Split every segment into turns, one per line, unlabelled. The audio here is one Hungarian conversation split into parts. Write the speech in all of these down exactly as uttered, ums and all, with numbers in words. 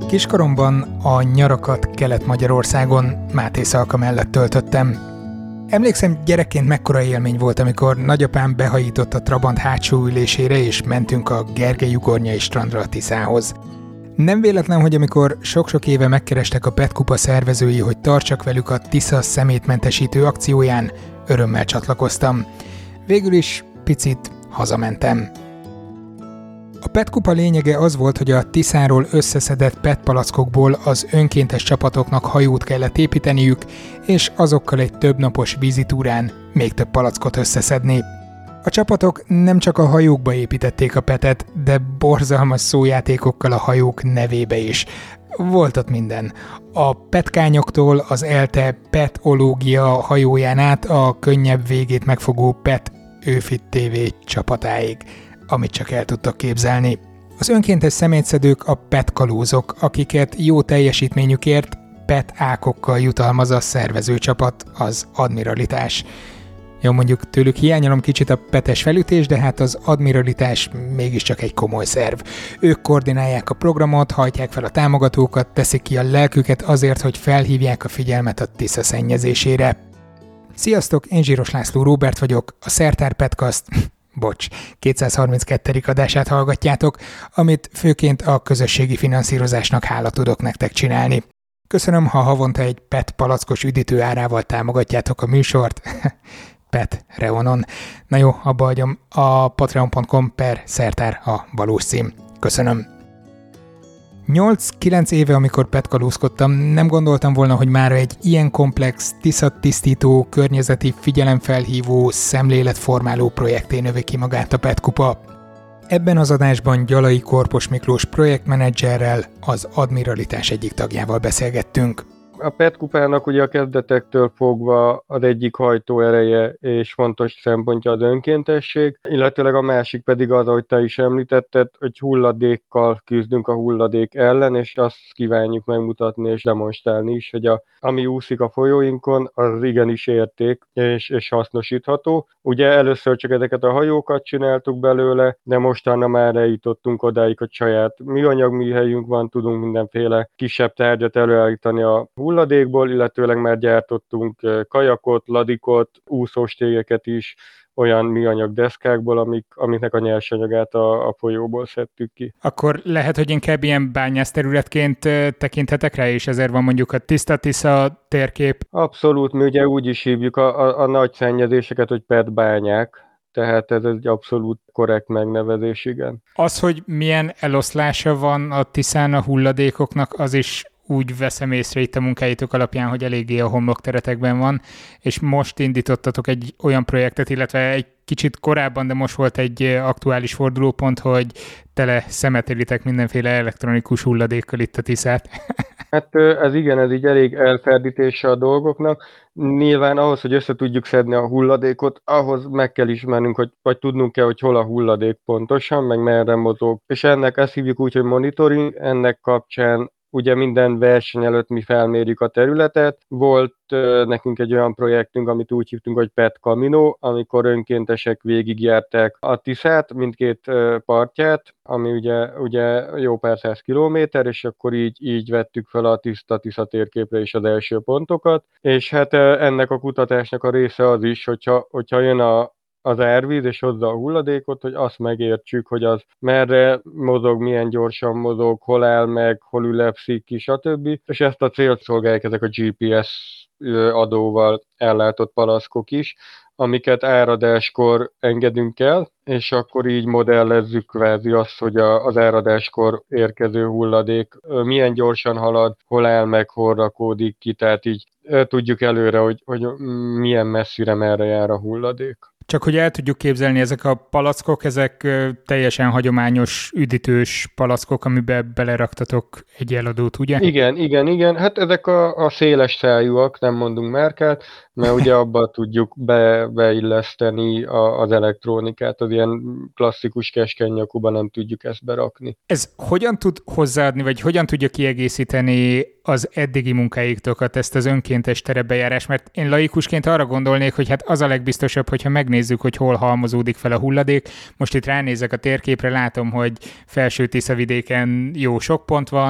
Kiskoromban a nyarakat Kelet-Magyarországon Máté Szalka mellett töltöttem. Emlékszem, gyerekként mekkora élmény volt, amikor nagyapám behajított a Trabant hátsó ülésére, és mentünk a Gergely-ugornyai strandra a Tiszához. Nem véletlen, hogy amikor sok-sok éve megkerestek a Petkupa szervezői, hogy tartsak velük a Tisza szemétmentesítő akcióján, örömmel csatlakoztam. Végül is picit hazamentem. A Petkupa lényege az volt, hogy a Tiszáról összeszedett petpalackokból az önkéntes csapatoknak hajót kellett építeniük, és azokkal egy többnapos vízitúrán még több palackot összeszedni. A csapatok nem csak a hajókba építették a petet, de borzalmas szójátékokkal a hajók nevébe is. Volt ott minden. A petkányoktól az ELTE petológia hajóján át a könnyebb végét megfogó Pet Őfit té vé csapatáig, amit csak el tudtak képzelni. Az önkéntes szemétszedők a petkalózok, akiket jó teljesítményükért pet ákokkal jutalmaz a szervezőcsapat, az admiralitás. Jó, mondjuk tőlük hiányolom kicsit a petes felütés, de hát az admiralitás mégiscsak egy komoly szerv. Ők koordinálják a programot, hajtják fel a támogatókat, teszik ki a lelküket azért, hogy felhívják a figyelmet a Tisza szennyezésére. Sziasztok, én Zsíros László Róbert vagyok, a Szertár Petkast, bocs, kétszázharminckettedik adását hallgatjátok, amit főként a közösségi finanszírozásnak hála tudok nektek csinálni. Köszönöm, ha havonta egy pet palackos üdítő árával támogatjátok a műsort. Pet Reonon. Na jó, abba hagyom. A patreon pont com per szertár a valós cím. Köszönöm. nyolc-kilenc éve, amikor petkalózkodtam, nem gondoltam volna, hogy már egy ilyen komplex, tiszatisztító, környezeti figyelemfelhívó, szemléletformáló projekté növi ki magát a Petkupa. Ebben az adásban Gyalai Korpos Miklós projektmenedzserrel, az admiralitás egyik tagjával beszélgettünk.
A Petkupának ugye a kezdetektől fogva az egyik hajtóereje és fontos szempontja az önkéntesség, illetőleg a másik pedig az, ahogy te is említetted, hogy hulladékkal küzdünk a hulladék ellen, és azt kívánjuk megmutatni és demonstrálni is, hogy a, ami úszik a folyóinkon, az igenis érték és, és hasznosítható. Ugye először csak ezeket a hajókat csináltuk belőle, de mostanra már eljutottunk odáig, hogy saját műanyag műhelyünk van, tudunk mindenféle kisebb tárgyat előállítani a hulladékból, illetőleg már gyártottunk kajakot, ladikot, úszóstégeket is, olyan műanyag deszkákból, amik, amiknek a nyersanyagát a, a folyóból szedtük ki.
Akkor lehet, hogy inkább ilyen bányászterületként tekinthetek rá, és ezért van mondjuk a Tiszta Tisza térkép?
Abszolút, mi ugye úgy is hívjuk a, a, a nagy szennyezéseket, hogy petbányák, tehát ez egy abszolút korrekt megnevezés, igen.
Az, hogy milyen eloszlása van a Tiszán a hulladékoknak, az is úgy veszem észre itt a munkáitok alapján, hogy eléggé a homlokteretekben van, és most indítottatok egy olyan projektet, illetve egy kicsit korábban, de most volt egy aktuális fordulópont, hogy tele szemetelitek mindenféle elektronikus hulladékkal itt a Tiszát.
Hát ez igen, ez így elég elferdítése a dolgoknak. Nyilván ahhoz, hogy össze tudjuk szedni a hulladékot, ahhoz meg kell ismernünk, hogy, vagy tudnunk kell, hogy hol a hulladék pontosan, meg merre mozog. És ennek ezt hívjuk úgy, hogy monitoring, ennek kapcsán ugye minden verseny előtt mi felmérjük a területet. Volt uh, nekünk egy olyan projektünk, amit úgy hívtunk, hogy Pet Camino, amikor önkéntesek végigjárták a Tiszát, mindkét uh, partját, ami ugye, ugye jó pár száz kilométer, és akkor így, így vettük fel a Tiszta Tisza térképre is az első pontokat. És hát uh, ennek a kutatásnak a része az is, hogyha, hogyha jön a az árvíz, és hozza a hulladékot, hogy azt megértsük, hogy az merre mozog, milyen gyorsan mozog, hol áll meg, hol ülepszik ki, stb. És ezt a célt szolgálják ezek a gé pé es adóval ellátott palackok is, amiket áradáskor engedünk el, és akkor így modellezzük kvázi azt, hogy a, az áradáskor érkező hulladék milyen gyorsan halad, hol áll meg, hol rakódik ki, tehát így tudjuk előre, hogy, hogy milyen messzire merre jár a hulladék.
Csak hogy el tudjuk képzelni, ezek a palackok, ezek teljesen hagyományos, üdítős palackok, amiben beleraktatok egy eladót, ugye?
Igen, igen, igen. Hát ezek a, a széles szájúak, nem mondunk márkát, mert ugye abba tudjuk be, beilleszteni a, az elektronikát, az ilyen klasszikus keskeny nyakúba nem tudjuk ezt berakni.
Ez hogyan tud hozzáadni, vagy hogyan tudja kiegészíteni az eddigi munkáitokat, ezt az önkéntes terepbejárás? Mert én laikusként arra gondolnék, hogy hát az a legbiztosabb, hogyha megnézzük, hogy hol halmozódik fel a hulladék. Most itt ránézek a térképre, látom, hogy Felső-Tiszavidéken jó sok pont van,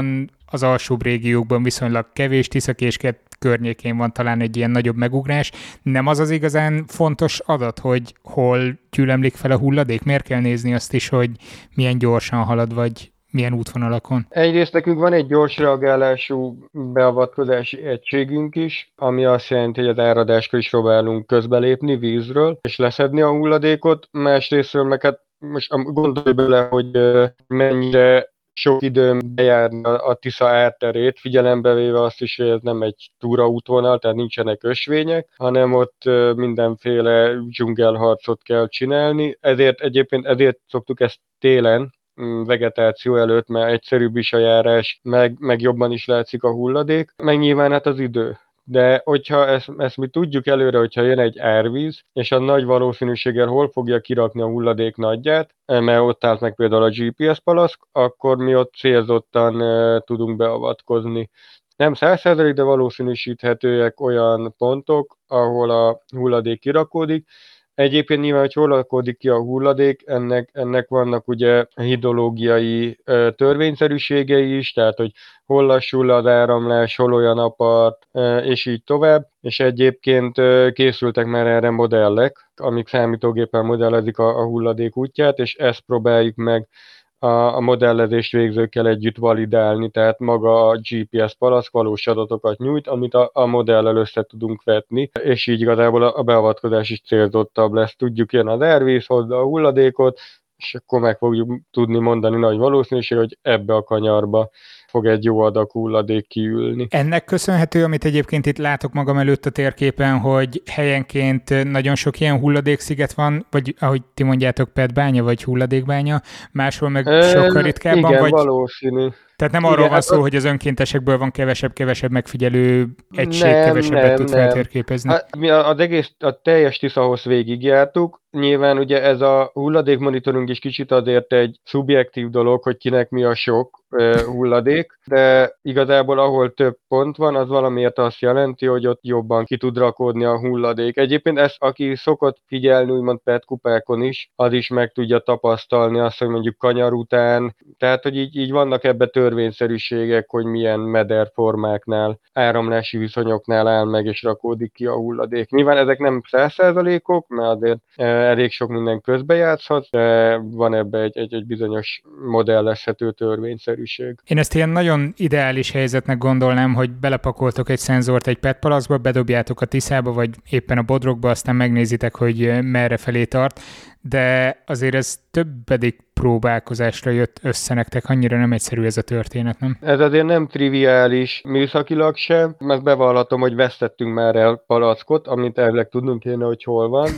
az alsóbb régiókban viszonylag kevés, Tiszakécske környékén van talán egy ilyen nagyobb megugrás. Nem az az igazán fontos adat, hogy hol gyűlemlik fel a hulladék? Miért kell nézni azt is, hogy milyen gyorsan halad, vagy milyen útvonalakon?
Egyrészt nekünk van egy gyors reagálású beavatkozási egységünk is, ami azt jelenti, hogy az áradáskor is próbálunk közbelépni vízről, és leszedni a hulladékot. Másrésztről meg hát most gondolj bele, hogy mennyire sok időm bejárni a Tisza árterét, figyelembe véve azt is, hogy ez nem egy túraútvonal, tehát nincsenek ösvények, hanem ott mindenféle dzsungelharcot kell csinálni. Ezért egyébként ezért szoktuk ezt télen, vegetáció előtt, mert egyszerűbb is a járás, meg, meg jobban is látszik a hulladék, meg nyilván hát az idő. De hogyha ezt, ezt mi tudjuk előre, hogyha jön egy árvíz, és a nagy valószínűséggel hol fogja kirakni a hulladék nagyját, mert ott állt meg például a gé pé es palaszk, akkor mi ott célzottan uh, tudunk beavatkozni. Nem száz százalék, de valószínűsíthetőek olyan pontok, ahol a hulladék kirakódik. Egyébként nyilván, hogy hol rakódik ki a hulladék, ennek, ennek vannak ugye hidrológiai ö, törvényszerűségei is, tehát hogy hol lassul az áramlás, hol olyan apart, ö, és így tovább. És egyébként ö, készültek már erre modellek, amik számítógéppel modellezik a, a hulladék útját, és ezt próbáljuk meg a, a modellezést végzőkkel együtt validálni, tehát maga a gé pé es palaszk valós adatokat nyújt, amit a, a modellel össze tudunk vetni, és így igazából a, a beavatkozás is célzottabb lesz. Tudjuk, jön az árvíz, hozza a hulladékot, és akkor meg fogjuk tudni mondani nagy valószínűség, hogy ebbe a kanyarba fog egy jó adag hulladék kiülni.
Ennek köszönhető, amit egyébként itt látok magam előtt a térképen, hogy helyenként nagyon sok ilyen hulladéksziget van, vagy ahogy ti mondjátok, pé é té-bánya, vagy hulladékbánya, máshol meg e, sokkal ritkábban,
igen,
vagy...
valószínű.
Tehát nem arról igen, van hát szó, a... hogy az önkéntesekből van kevesebb-kevesebb megfigyelő egység, nem, kevesebbet nem, tud nem. feltérképezni.
Hát, mi az egész, a teljes Tiszahoz végigjártuk. Nyilván ugye ez a hulladékmonitorunk is kicsit azért egy szubjektív dolog, hogy kinek mi a sok uh, hulladék, de igazából ahol több pont van, az valamiért azt jelenti, hogy ott jobban ki tud rakódni a hulladék. Egyébként ezt, aki szokott figyelni, úgymond pé é té-kupákon is, az is meg tudja tapasztalni azt, hogy mondjuk kanyar után, tehát hogy így, így vannak ebbe törvényszerűségek, hogy milyen mederformáknál, áramlási viszonyoknál áll meg és rakódik ki a hulladék. Nyilván ezek nem száz százalékok, mert azért elég sok minden közbejátszhat, de van ebbe egy, egy, egy bizonyos modellezhető törvényszerűség.
Én ezt ilyen nagyon ideális helyzetnek gondolnám, hogy belepakoltok egy szenzort egy pé é té palaszkba, bedobjátok a Tiszába, vagy éppen a Bodrogba, aztán megnézitek, hogy merre felé tart, de azért ez többedik próbálkozásra jött össze nektek, annyira nem egyszerű ez a történet, nem?
Ez azért nem triviális műszakilag sem, meg bevallhatom, hogy vesztettünk már el palackot, amit elvileg tudnunk kéne, hogy hol van.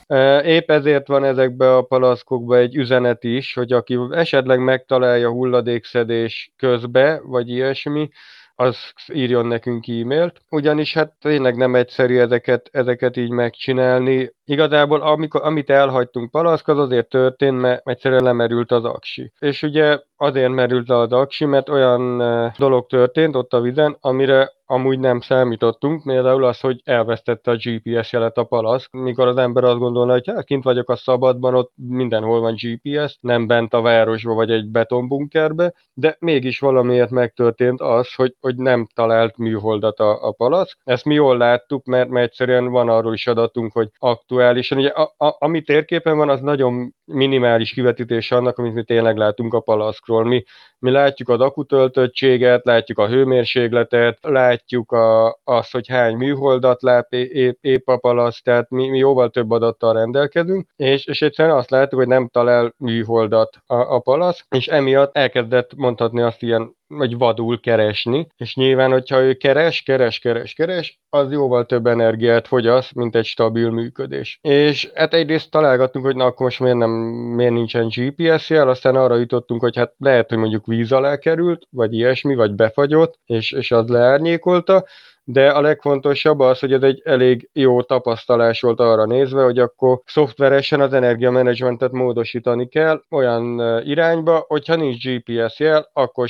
Épp ezért van ezekbe a palaszkokba egy üzenet is, hogy aki esetleg megtalálja hulladékszedés közbe, vagy ilyesmi, az írjon nekünk e-mailt, ugyanis hát tényleg nem egyszerű ezeket, ezeket így megcsinálni. Igazából amikor, amit elhagytunk palaszk, az azért történt, mert egyszerűen lemerült az aksi. És ugye azért merült le az aksi, mert olyan dolog történt ott a vizen, amire amúgy nem számítottunk, például az, hogy elvesztette a gé pé es jelet a palaszk, mikor az ember azt gondolna, hogy hát kint vagyok a szabadban, ott mindenhol van gé pé es, nem bent a városba vagy egy betonbunkerbe, de mégis valamiért megtörtént az, hogy, hogy nem talált műholdat a, a palaszk. Ezt mi jól láttuk, mert, mert egyszerűen van arról is adatunk, hogy aktuálisan, ugye a, a, ami térképen van, az nagyon minimális kivetítés annak, amit mi tényleg látunk a palaszkról. Mi, mi látjuk az akutöltöttséget, látjuk a hőmérsékletet, látjuk a, azt, hogy hány műholdat lát épp, épp a palasz, tehát mi, mi jóval több adattal rendelkezünk, és, és egyszerűen azt látjuk, hogy nem talál műholdat a, a palasz, és emiatt elkezdett mondhatni azt ilyen, vagy vadul keresni, és nyilván, hogyha ő keres, keres, keres, keres, az jóval több energiát fogyaszt, mint egy stabil működés. És hát egyrészt találgattunk, hogy na akkor most miért, nem, miért nincsen gé pé es jel, aztán arra jutottunk, hogy hát lehet, hogy mondjuk víz alá került, vagy ilyesmi, vagy befagyott, és, és az leárnyékolta, de a legfontosabb az, hogy ez egy elég jó tapasztalás volt arra nézve, hogy akkor szoftveresen az energiamenedzsmentet módosítani kell olyan irányba, hogyha nincs gé pé es jel, akkor se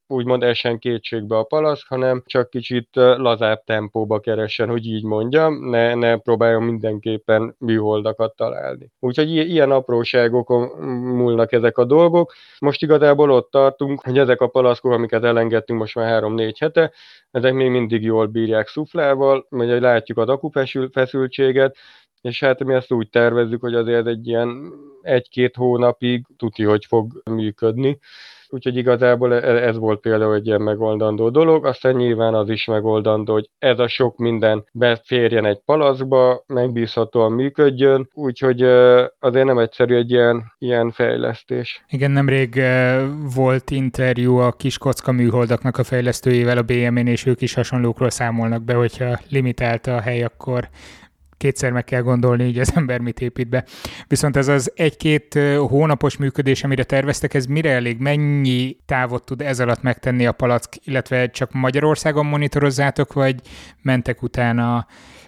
úgymond esen kétségbe a palack, hanem csak kicsit lazább tempóba keressen, hogy így mondjam, ne, ne próbáljon mindenképpen műholdakat találni. Úgyhogy ilyen apróságokon múlnak ezek a dolgok. Most igazából ott tartunk, hogy ezek a palackok, amiket elengedtünk most már három-négy hete, ezek még mindig jól bírják szuflával, vagy látjuk az akufeszültséget, és hát mi ezt úgy tervezzük, hogy azért egy ilyen egy-két hónapig tuti, hogy fog működni. Úgyhogy igazából ez volt például egy ilyen megoldandó dolog, aztán nyilván az is megoldandó, hogy ez a sok minden beférjen egy palackba, megbízhatóan működjön, úgyhogy azért nem egyszerű egy ilyen, ilyen fejlesztés.
Igen, nemrég volt interjú a kis kocka műholdaknak a fejlesztőjével a bé em en, és ők is hasonlókról számolnak be, hogyha limitált a hely, akkor kétszer meg kell gondolni, így az ember mit épít be. Viszont ez az egy-két hónapos működés, amire terveztek, ez mire elég? Mennyi távot tud ez alatt megtenni a palack, illetve csak Magyarországon monitorozzátok, vagy mentek utána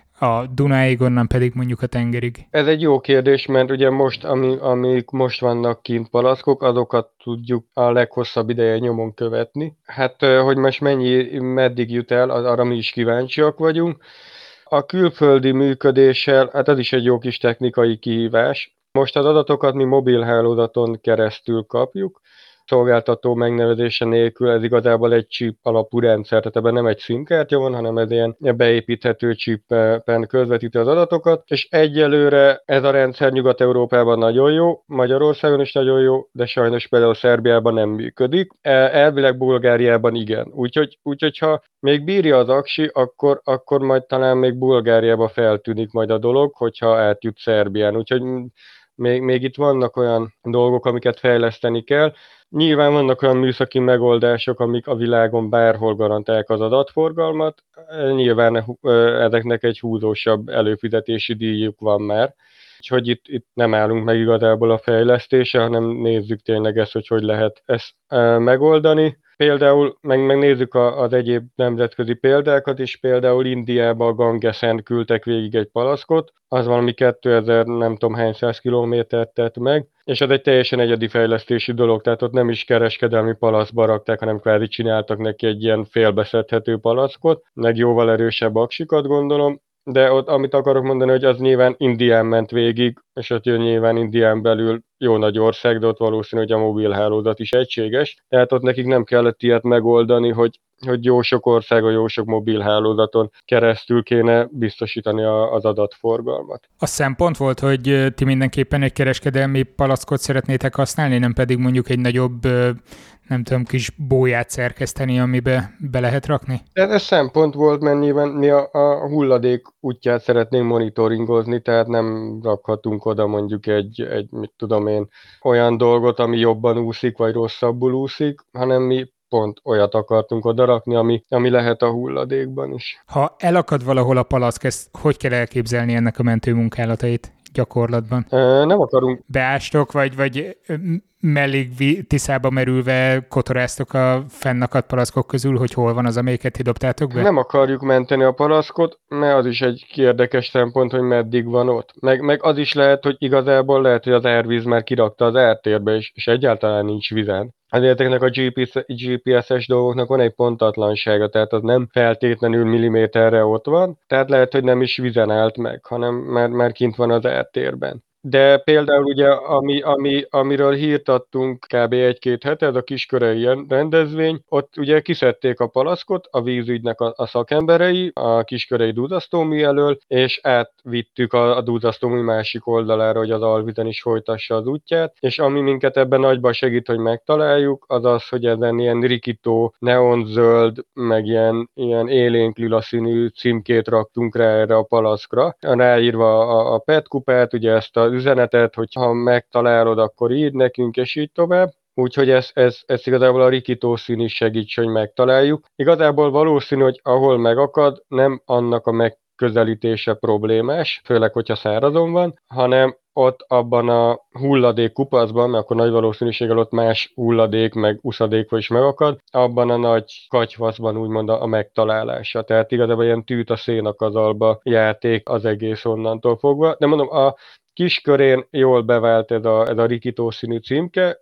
a Dunáig, onnan pedig mondjuk a tengerig?
Ez egy jó kérdés, mert ugye most, ami, amik most vannak kint palackok, azokat tudjuk a leghosszabb ideje nyomon követni. Hát, hogy most mennyi, meddig jut el, arra mi is kíváncsiak vagyunk. A külföldi működéssel, hát ez is egy jó kis technikai kihívás. Most az adatokat mi mobilhálózaton keresztül kapjuk, szolgáltató megnevezése nélkül, ez igazából egy chip alapú rendszer, tehát ebben nem egy SIM-kártya van, hanem ez ilyen beépíthető chipen közvetíti az adatokat, és egyelőre ez a rendszer Nyugat-Európában nagyon jó, Magyarországon is nagyon jó, de sajnos például Szerbiában nem működik, elvileg Bulgáriában igen. Úgyhogy, úgyhogy ha még bírja az aksi, akkor, akkor majd talán még Bulgáriába feltűnik majd a dolog, hogyha átjut Szerbián. Úgyhogy még, még itt vannak olyan dolgok, amiket fejleszteni kell. Nyilván vannak olyan műszaki megoldások, amik a világon bárhol garantálják az adatforgalmat. Nyilván ezeknek egy húzósabb előfizetési díjuk van már. Úgyhogy itt, itt nem állunk meg igazából a fejlesztése, hanem nézzük tényleg ezt, hogy hogy lehet ezt megoldani. Például meg, megnézzük a, az egyéb nemzetközi példákat is, például Indiába a Gangesen küldtek végig egy palackot, az valami kétezer nem tudom hány száz kilométert tett meg, és ez egy teljesen egyedi fejlesztési dolog, tehát ott nem is kereskedelmi palackba rakták, hanem kvázi csináltak neki egy ilyen félbeszedhető palackot, meg jóval erősebb aksikat gondolom, de ott amit akarok mondani, hogy az nyilván Indián ment végig, és ott jön nyilván Indián belül jó nagy ország, de ott valószínű, hogy a mobilhálózat is egységes. Tehát ott nekik nem kellett ilyet megoldani, hogy, hogy jó sok országon, jó sok mobilhálózaton keresztül kéne biztosítani a, az adatforgalmat.
A szempont volt, hogy ti mindenképpen egy kereskedelmi palackot szeretnétek használni, nem pedig mondjuk egy nagyobb, nem tudom, kis bóját szerkeszteni, amibe be lehet rakni?
Ez, ez szempont volt, mert nyilván mi a, a hulladék útját szeretnénk monitoringozni, tehát nem rakhatunk oda mondjuk egy, egy, mit tudom én, olyan dolgot, ami jobban úszik, vagy rosszabbul úszik, hanem mi pont olyat akartunk odarakni, ami, ami lehet a hulladékban is.
Ha elakad valahol a palack, ezt hogy kell elképzelni ennek a mentőmunkálatait gyakorlatban?
E, nem akarunk.
Beástok, vagy, vagy mellék tiszába merülve kotoráztok a fennakadt palackok közül, hogy hol van az, amelyiket ti dobtátok be?
Nem akarjuk menteni a palackot, mert az is egy érdekes szempont, hogy meddig van ott. Meg, meg az is lehet, hogy igazából lehet, hogy az árvíz már kirakta az ártérbe, és, és egyáltalán nincs vizen. Azért ezeknek a gé pé es-es dolgoknak van egy pontatlansága, tehát az nem feltétlenül milliméterre ott van, tehát lehet, hogy nem is vizen állt meg, hanem már, már kint van az ártérben. De például ugye, ami, ami, amiről hírt adtunk kb. egy-két hete, ez a kiskörei rendezvény, ott ugye kiszedték a palackot a vízügynek a, a szakemberei a kiskörei duzzasztómű elől, és átvittük a, a duzzasztómű másik oldalára, hogy az alvizen is folytassa az útját, és ami minket ebben nagyban segít, hogy megtaláljuk, az az, hogy ezen ilyen rikító, neonzöld, meg ilyen, ilyen élénk lila színű címkét raktunk rá erre a palackra, ráírva a, a pé é té kupát, ugye ezt a üzenetet, hogy ha megtalálod, akkor írd nekünk, és így tovább. Úgyhogy ez, ez, ez igazából a rikító szín is segíts, hogy megtaláljuk. Igazából valószínű, hogy ahol megakad, nem annak a megközelítése problémás, főleg, hogyha szárazon van, hanem ott abban a hulladék kupacban, mert akkor nagy valószínűséggel ott más hulladék, meg uszadék is megakad, abban a nagy katyvaszban úgymond a, a megtalálása. Tehát igazából ilyen tűt a szénakazalba játék az egész onnantól fogva. De mondom, a kiskörén jól bevált ez a, ez a rikító színű címke,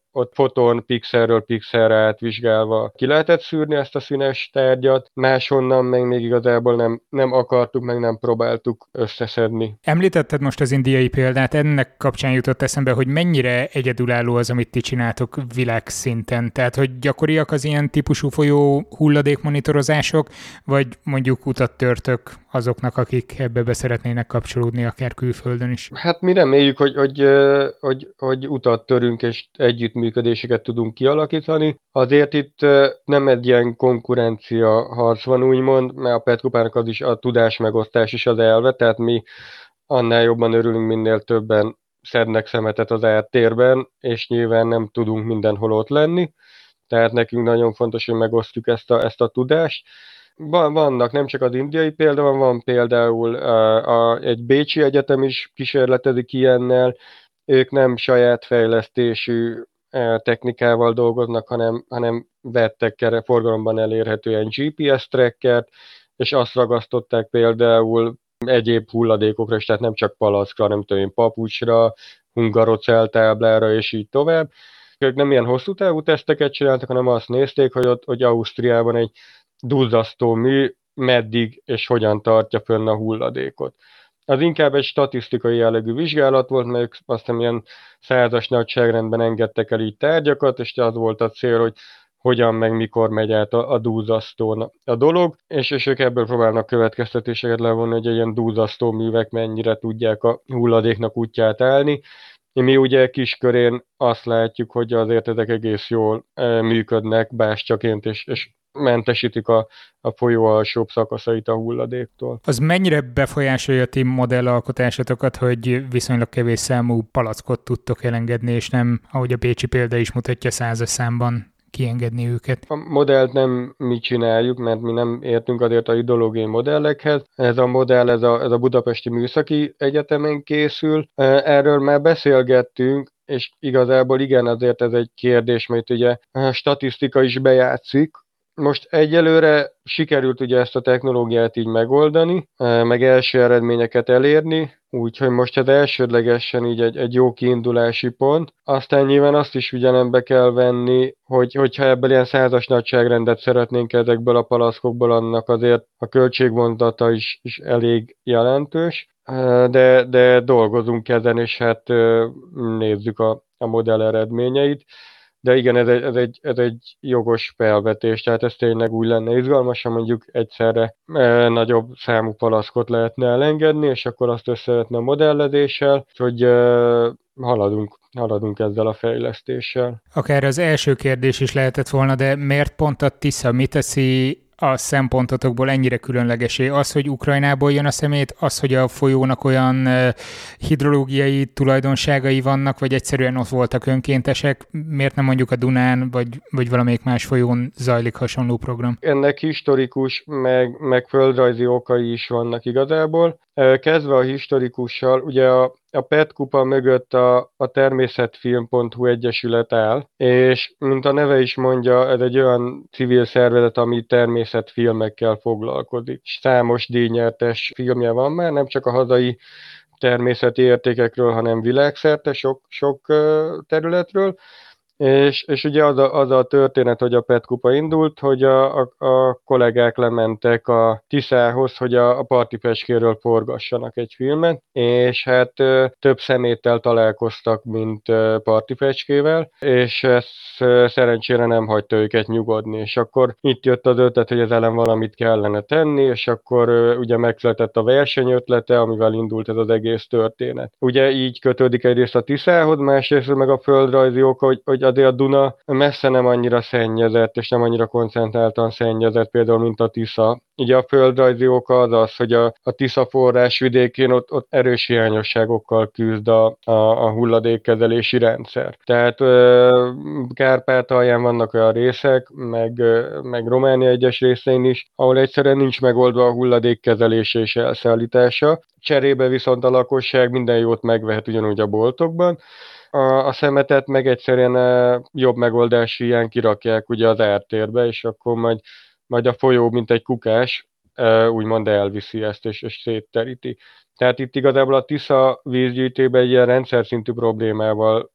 ott foton pixelről pixelre átvizsgálva ki lehetett szűrni ezt a színes tárgyat, máshonnan meg még igazából nem, nem akartuk, meg nem próbáltuk összeszedni.
Említetted most az indiai példát, ennek kapcsán jutott eszembe, hogy mennyire egyedülálló az, amit ti csináltok világszinten. Tehát, hogy gyakoriak az ilyen típusú folyó hulladékmonitorozások, vagy mondjuk utat törtök azoknak, akik ebbe be szeretnének kapcsolódni, akár külföldön is?
Hát mi reméljük, hogy, hogy, hogy, hogy utat törünk és együttműködéseket tudunk kialakítani. Azért itt nem egy ilyen konkurencia harc van, úgymond, mert a Petkupának az is a tudásmegosztás is az elve, tehát mi annál jobban örülünk, minél többen szednek szemetet az áttérben, és nyilván nem tudunk mindenhol ott lenni, tehát nekünk nagyon fontos, hogy megosztjuk ezt a, ezt a tudást. Vannak, nem csak az indiai példa van, van például a, a, egy bécsi egyetem is kísérletezik ilyennel, ők nem saját fejlesztésű technikával dolgoznak, hanem, hanem vettek erre forgalomban elérhetően gé pé es trackert, és azt ragasztották például egyéb hulladékokra is, tehát nem csak palackra, nem tudom én, papucsra, hungarocelltáblára, és így tovább. Ők nem ilyen hosszú távú teszteket csináltak, hanem azt nézték, hogy ott hogy Ausztriában egy duzzasztó mű meddig és hogyan tartja fönn a hulladékot. Az inkább egy statisztikai jellegű vizsgálat volt, mert ők azt hiszem ilyen százas nagyságrendben engedtek el így tárgyakat, és az volt a cél, hogy hogyan meg mikor megy át a, a duzzasztón a dolog, és, és ők ebből próbálnak következtetéseket levonni, hogy ilyen duzzasztó művek mennyire tudják a hulladéknak útját állni. Mi ugye kiskörén azt látjuk, hogy azért ezek egész jól e, működnek bástyaként, és, és mentesítik a, a folyó alsóbb szakaszait a hulladéktól.
Az mennyire befolyásolja a ti modellalkotásotokat, hogy viszonylag kevés számú palackot tudtok elengedni, és nem, ahogy a bécsi példa is mutatja, százas számban kiengedni őket?
A modellt nem mi csináljuk, mert mi nem értünk azért a ideológiai modellekhez. Ez a modell, ez a, ez a Budapesti Műszaki Egyetemen készül. Erről már beszélgettünk, és igazából igen, azért ez egy kérdés, mert ugye a statisztika is bejátszik. Most egyelőre sikerült ugye ezt a technológiát így megoldani, meg első eredményeket elérni, úgyhogy most ez elsődlegesen így egy, egy jó kiindulási pont. Aztán nyilván azt is figyelembe kell venni, hogy, hogyha ebből ilyen százas nagyságrendet szeretnénk ezekből a palackokból, annak azért a költségvonzata is, is elég jelentős, de, de dolgozunk ezen, és hát nézzük a, a modell eredményeit. De igen, ez egy, ez, egy, ez egy jogos felvetés, tehát ez tényleg úgy lenne izgalmas, ha mondjuk egyszerre e, nagyobb számú palackot lehetne elengedni, és akkor azt összevetne a modellezéssel, hogy e, haladunk, haladunk ezzel a fejlesztéssel.
Akár az első kérdés is lehetett volna, de miért pont a Tisza? Mi teszi a szempontotokból ennyire különlegesé? Az, hogy Ukrajnából jön a szemét, az, hogy a folyónak olyan hidrológiai tulajdonságai vannak, vagy egyszerűen ott voltak önkéntesek, miért nem mondjuk a Dunán, vagy, vagy valamelyik más folyón zajlik hasonló program?
Ennek historikus, meg, meg földrajzi okai is vannak igazából. Kezdve a historikussal, ugye a, a Petkupa mögött a, a természetfilm pont hu egyesület áll, és mint a neve is mondja, ez egy olyan civil szervezet, ami természetfilmekkel foglalkozik. Számos díjnyertes filmje van már, nem csak a hazai természeti értékekről, hanem világszerte sok, sok területről. És, és ugye az a, az a történet, hogy a Petkupa indult, hogy a, a, a kollégák lementek a Tiszához, hogy a, a parti fecskéről forgassanak egy filmet, és hát több szeméttel találkoztak, mint parti fecskével, és ez szerencsére nem hagyta őket nyugodni, és akkor itt jött az ötlet, hogy ez ellen valamit kellene tenni, és akkor ugye megszületett a verseny ötlete, amivel indult ez az egész történet. Ugye így kötődik egyrészt a Tiszához, másrészt meg a földrajzi oka, hogy, hogy azért a Duna messze nem annyira szennyezett, és nem annyira koncentráltan szennyezett például, mint a Tisza. Ugye a földrajzi oka az az, hogy a, a Tisza forrás vidékén ott, ott erős hiányosságokkal küzd a, a, a hulladékkezelési rendszer. Tehát Kárpátalján vannak olyan részek, meg, meg Románia egyes részein is, ahol egyszerűen nincs megoldva a hulladékkezelése és elszállítása. Cserébe viszont a lakosság minden jót megvehet ugyanúgy a boltokban. A, a szemetet meg egyszerűen a jobb megoldás hiány kirakják ugye az ártérbe, és akkor majd, majd a folyó, mint egy kukás, úgymond elviszi ezt, és, és szétteríti. Tehát itt igazából a Tisza vízgyűjtőben egy ilyen rendszer szintű problémával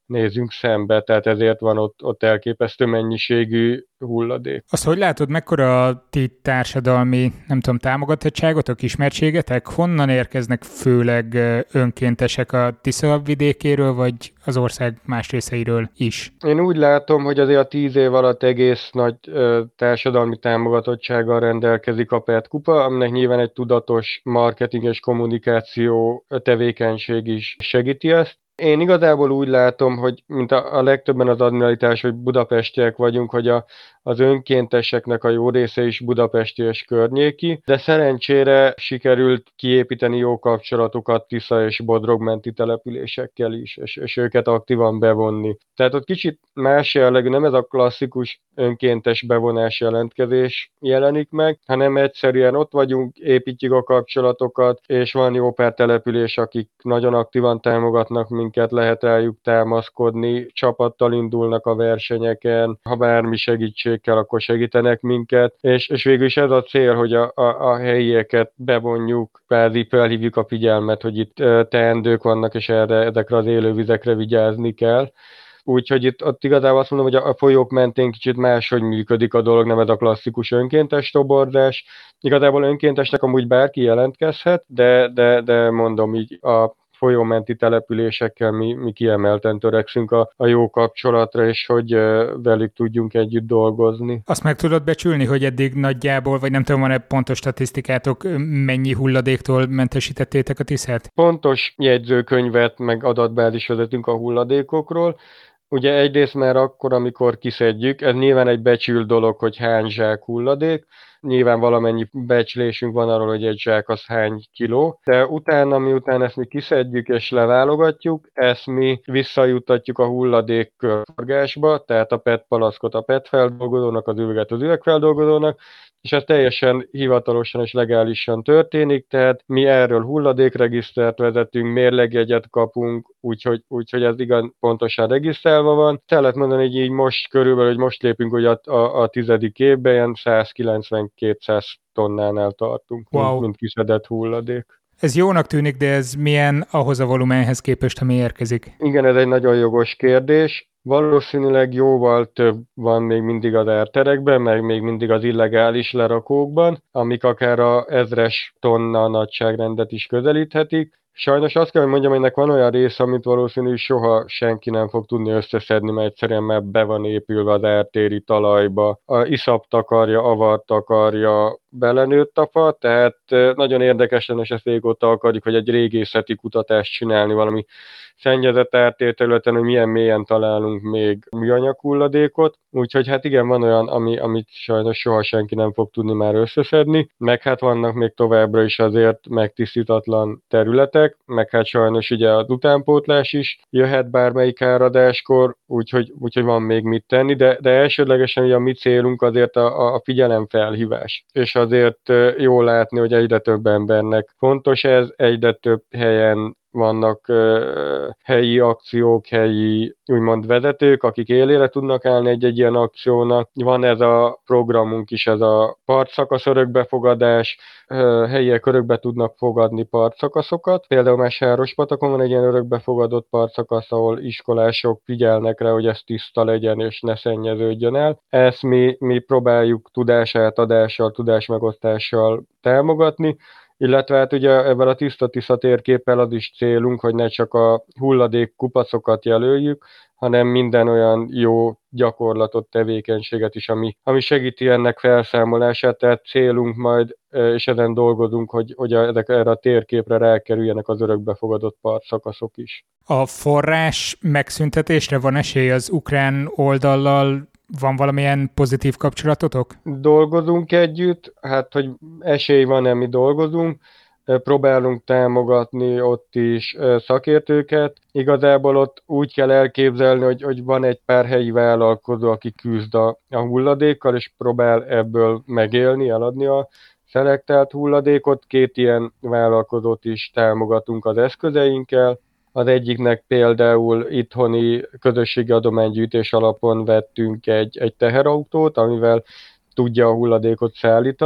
nézünk szembe, tehát ezért van ott, ott elképesztő mennyiségű hulladék.
Azt hogy látod, mekkora a ti társadalmi, nem tudom, támogatottságotok, ismertségetek? Honnan érkeznek főleg önkéntesek, a Tisza vidékéről, vagy az ország más részeiről is?
Én úgy látom, hogy azért a tíz év alatt egész nagy ö, társadalmi támogatottsággal rendelkezik a Petkupa, aminek nyilván egy tudatos marketing és kommunikáció tevékenység is segíti ezt. Én igazából úgy látom, hogy mint a, a legtöbben az admiralitás, hogy budapestiek vagyunk, hogy a, az önkénteseknek a jó része is budapesti és környéki, de szerencsére sikerült kiépíteni jó kapcsolatokat Tisza és Bodrog menti településekkel is, és, és őket aktívan bevonni. Tehát ott kicsit más jellegű, nem ez a klasszikus önkéntes bevonás jelentkezés jelenik meg, hanem egyszerűen ott vagyunk, építjük a kapcsolatokat, és van jó pár település, akik nagyon aktívan támogatnak minket, lehet rájuk támaszkodni, csapattal indulnak a versenyeken, ha bármi segítség kell, akkor segítenek minket, és, és végül is ez a cél, hogy a, a, a helyieket bevonjuk, kvázi felhívjuk a figyelmet, hogy itt teendők vannak, és erre, ezekre az élővizekre vigyázni kell. Úgyhogy itt ott igazából azt mondom, hogy a folyók mentén kicsit máshogy működik a dolog, nem ez a klasszikus önkéntes toborzás. Igazából önkéntesnek amúgy bárki jelentkezhet, de, de, de mondom így a folyómenti településekkel mi, mi kiemelten törekszünk a, a jó kapcsolatra, és hogy velük tudjunk együtt dolgozni.
Azt meg tudod becsülni, hogy eddig nagyjából, vagy nem tudom, van-e pontos statisztikátok, mennyi hulladéktól mentesítettétek a Tiszát?
Pontos jegyzőkönyvet, meg adatbázis vezetünk a hulladékokról. Ugye egyrészt már akkor, amikor kiszedjük, ez nyilván egy becsült dolog, hogy hány zsák hulladék, nyilván valamennyi becslésünk van arról, hogy egy zsák az hány kiló, de utána, miután ezt mi kiszedjük és leválogatjuk, ezt mi visszajutatjuk a hulladék körforgásba, tehát a pé é té palackot a pé é té feldolgozónak, az üveget az üvegfeldolgozónak, és ez teljesen hivatalosan és legálisan történik, tehát mi erről hulladékregisztert vezetünk, mérlegjegyet kapunk, úgyhogy, úgyhogy ez igen pontosan regisztrálva van. Te lehet mondani, hogy így most körülbelül, hogy most lépünk hogy a, a, a tizedik évben, ilyen száz kilencven-kétszáz tonnánál tartunk,
wow.
mint, mint kiszedett hulladék.
Ez jónak tűnik, de ez milyen ahhoz a volumenhez képest, ami érkezik?
Igen, ez egy nagyon jogos kérdés. Valószínűleg jóval több van még mindig az árterekben, meg még mindig az illegális lerakókban, amik akár a ezres tonna nagyságrendet is közelíthetik. Sajnos azt kell, hogy mondjam, hogy ennek van olyan része, amit valószínűleg soha senki nem fog tudni összeszedni, mert egyszerűen már be van épülve az ártéri talajba. A iszap takarja, avar takarja, belenőtt a fa, tehát nagyon érdekes lenne, és ezt régóta akarjuk, hogy egy régészeti kutatást csinálni valami szennyezett ártérterületen, hogy milyen mélyen találunk még műanyag hulladékot. Úgyhogy hát igen, van olyan, ami, amit sajnos soha senki nem fog tudni már összeszedni, meg hát vannak még továbbra is azért megtisztítatlan területek, meg hát sajnos ugye az utánpótlás is jöhet bármelyik áradáskor, úgyhogy, úgyhogy van még mit tenni, de, de elsődlegesen ugye a mi célunk azért a, a figyelemfelhívás. És azért jól látni, hogy egyre több embernek fontos ez, egyre több helyen vannak uh, helyi akciók, helyi úgymond vezetők, akik élére tudnak állni egy-egy ilyen akciónak. Van ez a programunk is, ez a partszakasz örökbefogadás, uh, helyiek örökbe tudnak fogadni partszakaszokat. Például már Sárospatakon van egy ilyen örökbefogadott partszakasz, ahol iskolások figyelnek rá, hogy ez tiszta legyen és ne szennyeződjön el. Ezt mi, mi próbáljuk tudásátadással, tudásmegosztással támogatni, illetve hát ugye ebben a tiszta Tisza térképpel az is célunk, hogy ne csak a hulladék kupacokat jelöljük, hanem minden olyan jó gyakorlatot, tevékenységet is, ami, ami segíti ennek felszámolását, tehát célunk majd, és ezen dolgozunk, hogy, hogy ezek erre a térképre rákerüljenek az örökbefogadott partszakaszok is.
A forrás megszüntetésre van esély az ukrán oldallal? Van valamilyen pozitív kapcsolatotok?
Dolgozunk együtt, hát hogy esély van-e, mi dolgozunk, próbálunk támogatni ott is szakértőket. Igazából ott úgy kell elképzelni, hogy, hogy van egy pár helyi vállalkozó, aki küzd a, a hulladékkal, és próbál ebből megélni, eladni a szelektált hulladékot. Két ilyen vállalkozót is támogatunk az eszközeinkkel. Az egyiknek például itthoni közösségi adománygyűjtés alapon vettünk egy, egy teherautót, amivel tudja a hulladékot szállítani,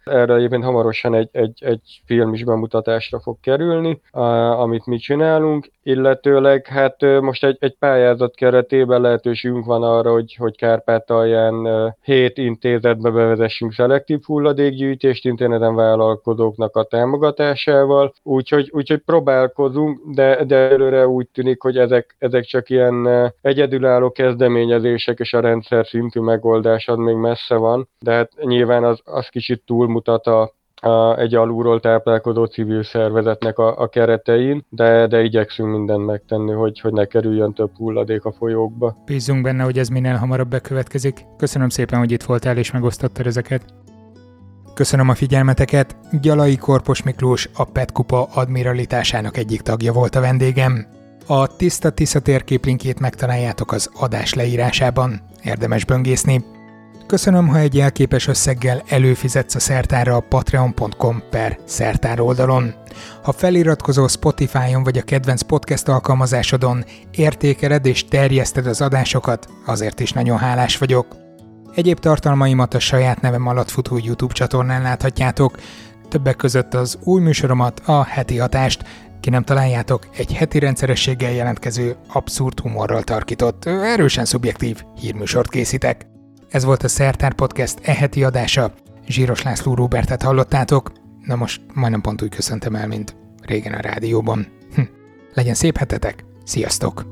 Erre egyébként hamarosan egy, egy, egy film is bemutatásra fog kerülni, amit mi csinálunk, illetőleg hát most egy, egy pályázat keretében lehetőségünk van arra, hogy, hogy Kárpátalján hét intézetbe bevezessünk szelektív hulladékgyűjtést interneten vállalkozóknak a támogatásával, úgyhogy, úgyhogy próbálkozunk, de, de előre úgy tűnik, hogy ezek, ezek csak ilyen egyedülálló kezdeményezések, és a rendszer szintű megoldás az még messze van, de hát nyilván az, az kicsit túlmutat a A, egy alulról táplálkozó civil szervezetnek a, a keretein, de, de igyekszünk mindent megtenni, hogy, hogy ne kerüljön több hulladék a folyókba.
Bízzunk benne, hogy ez minél hamarabb bekövetkezik. Köszönöm szépen, hogy itt voltál és megosztottad ezeket. Köszönöm a figyelmeteket. Gyalai Korpos Miklós, a Petkupa admiralitásának egyik tagja volt a vendégem. A Tiszta Tisza térkép linkjét megtaláljátok az adás leírásában. Érdemes böngészni. Köszönöm, ha egy jelképes összeggel előfizetsz a szertárra a patreon pont com per szertár oldalon. Ha feliratkozol Spotify-on vagy a kedvenc podcast alkalmazásodon, értékeled és terjeszted az adásokat, azért is nagyon hálás vagyok. Egyéb tartalmaimat a saját nevem alatt futó YouTube csatornán láthatjátok, többek között az új műsoromat, a Heti Hatást, ki nem találjátok, egy heti rendszerességgel jelentkező, abszurd humorral tarkított, erősen szubjektív hírműsort készítek. Ez volt a Szertár Podcast e heti adása. Zsíros László Róbertet hallottátok. Na most majdnem pont úgy köszöntem el, mint régen a rádióban. Hm. Legyen szép hetetek, sziasztok!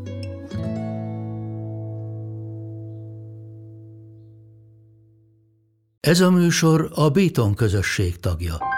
Ez a műsor a Béton közösség tagja.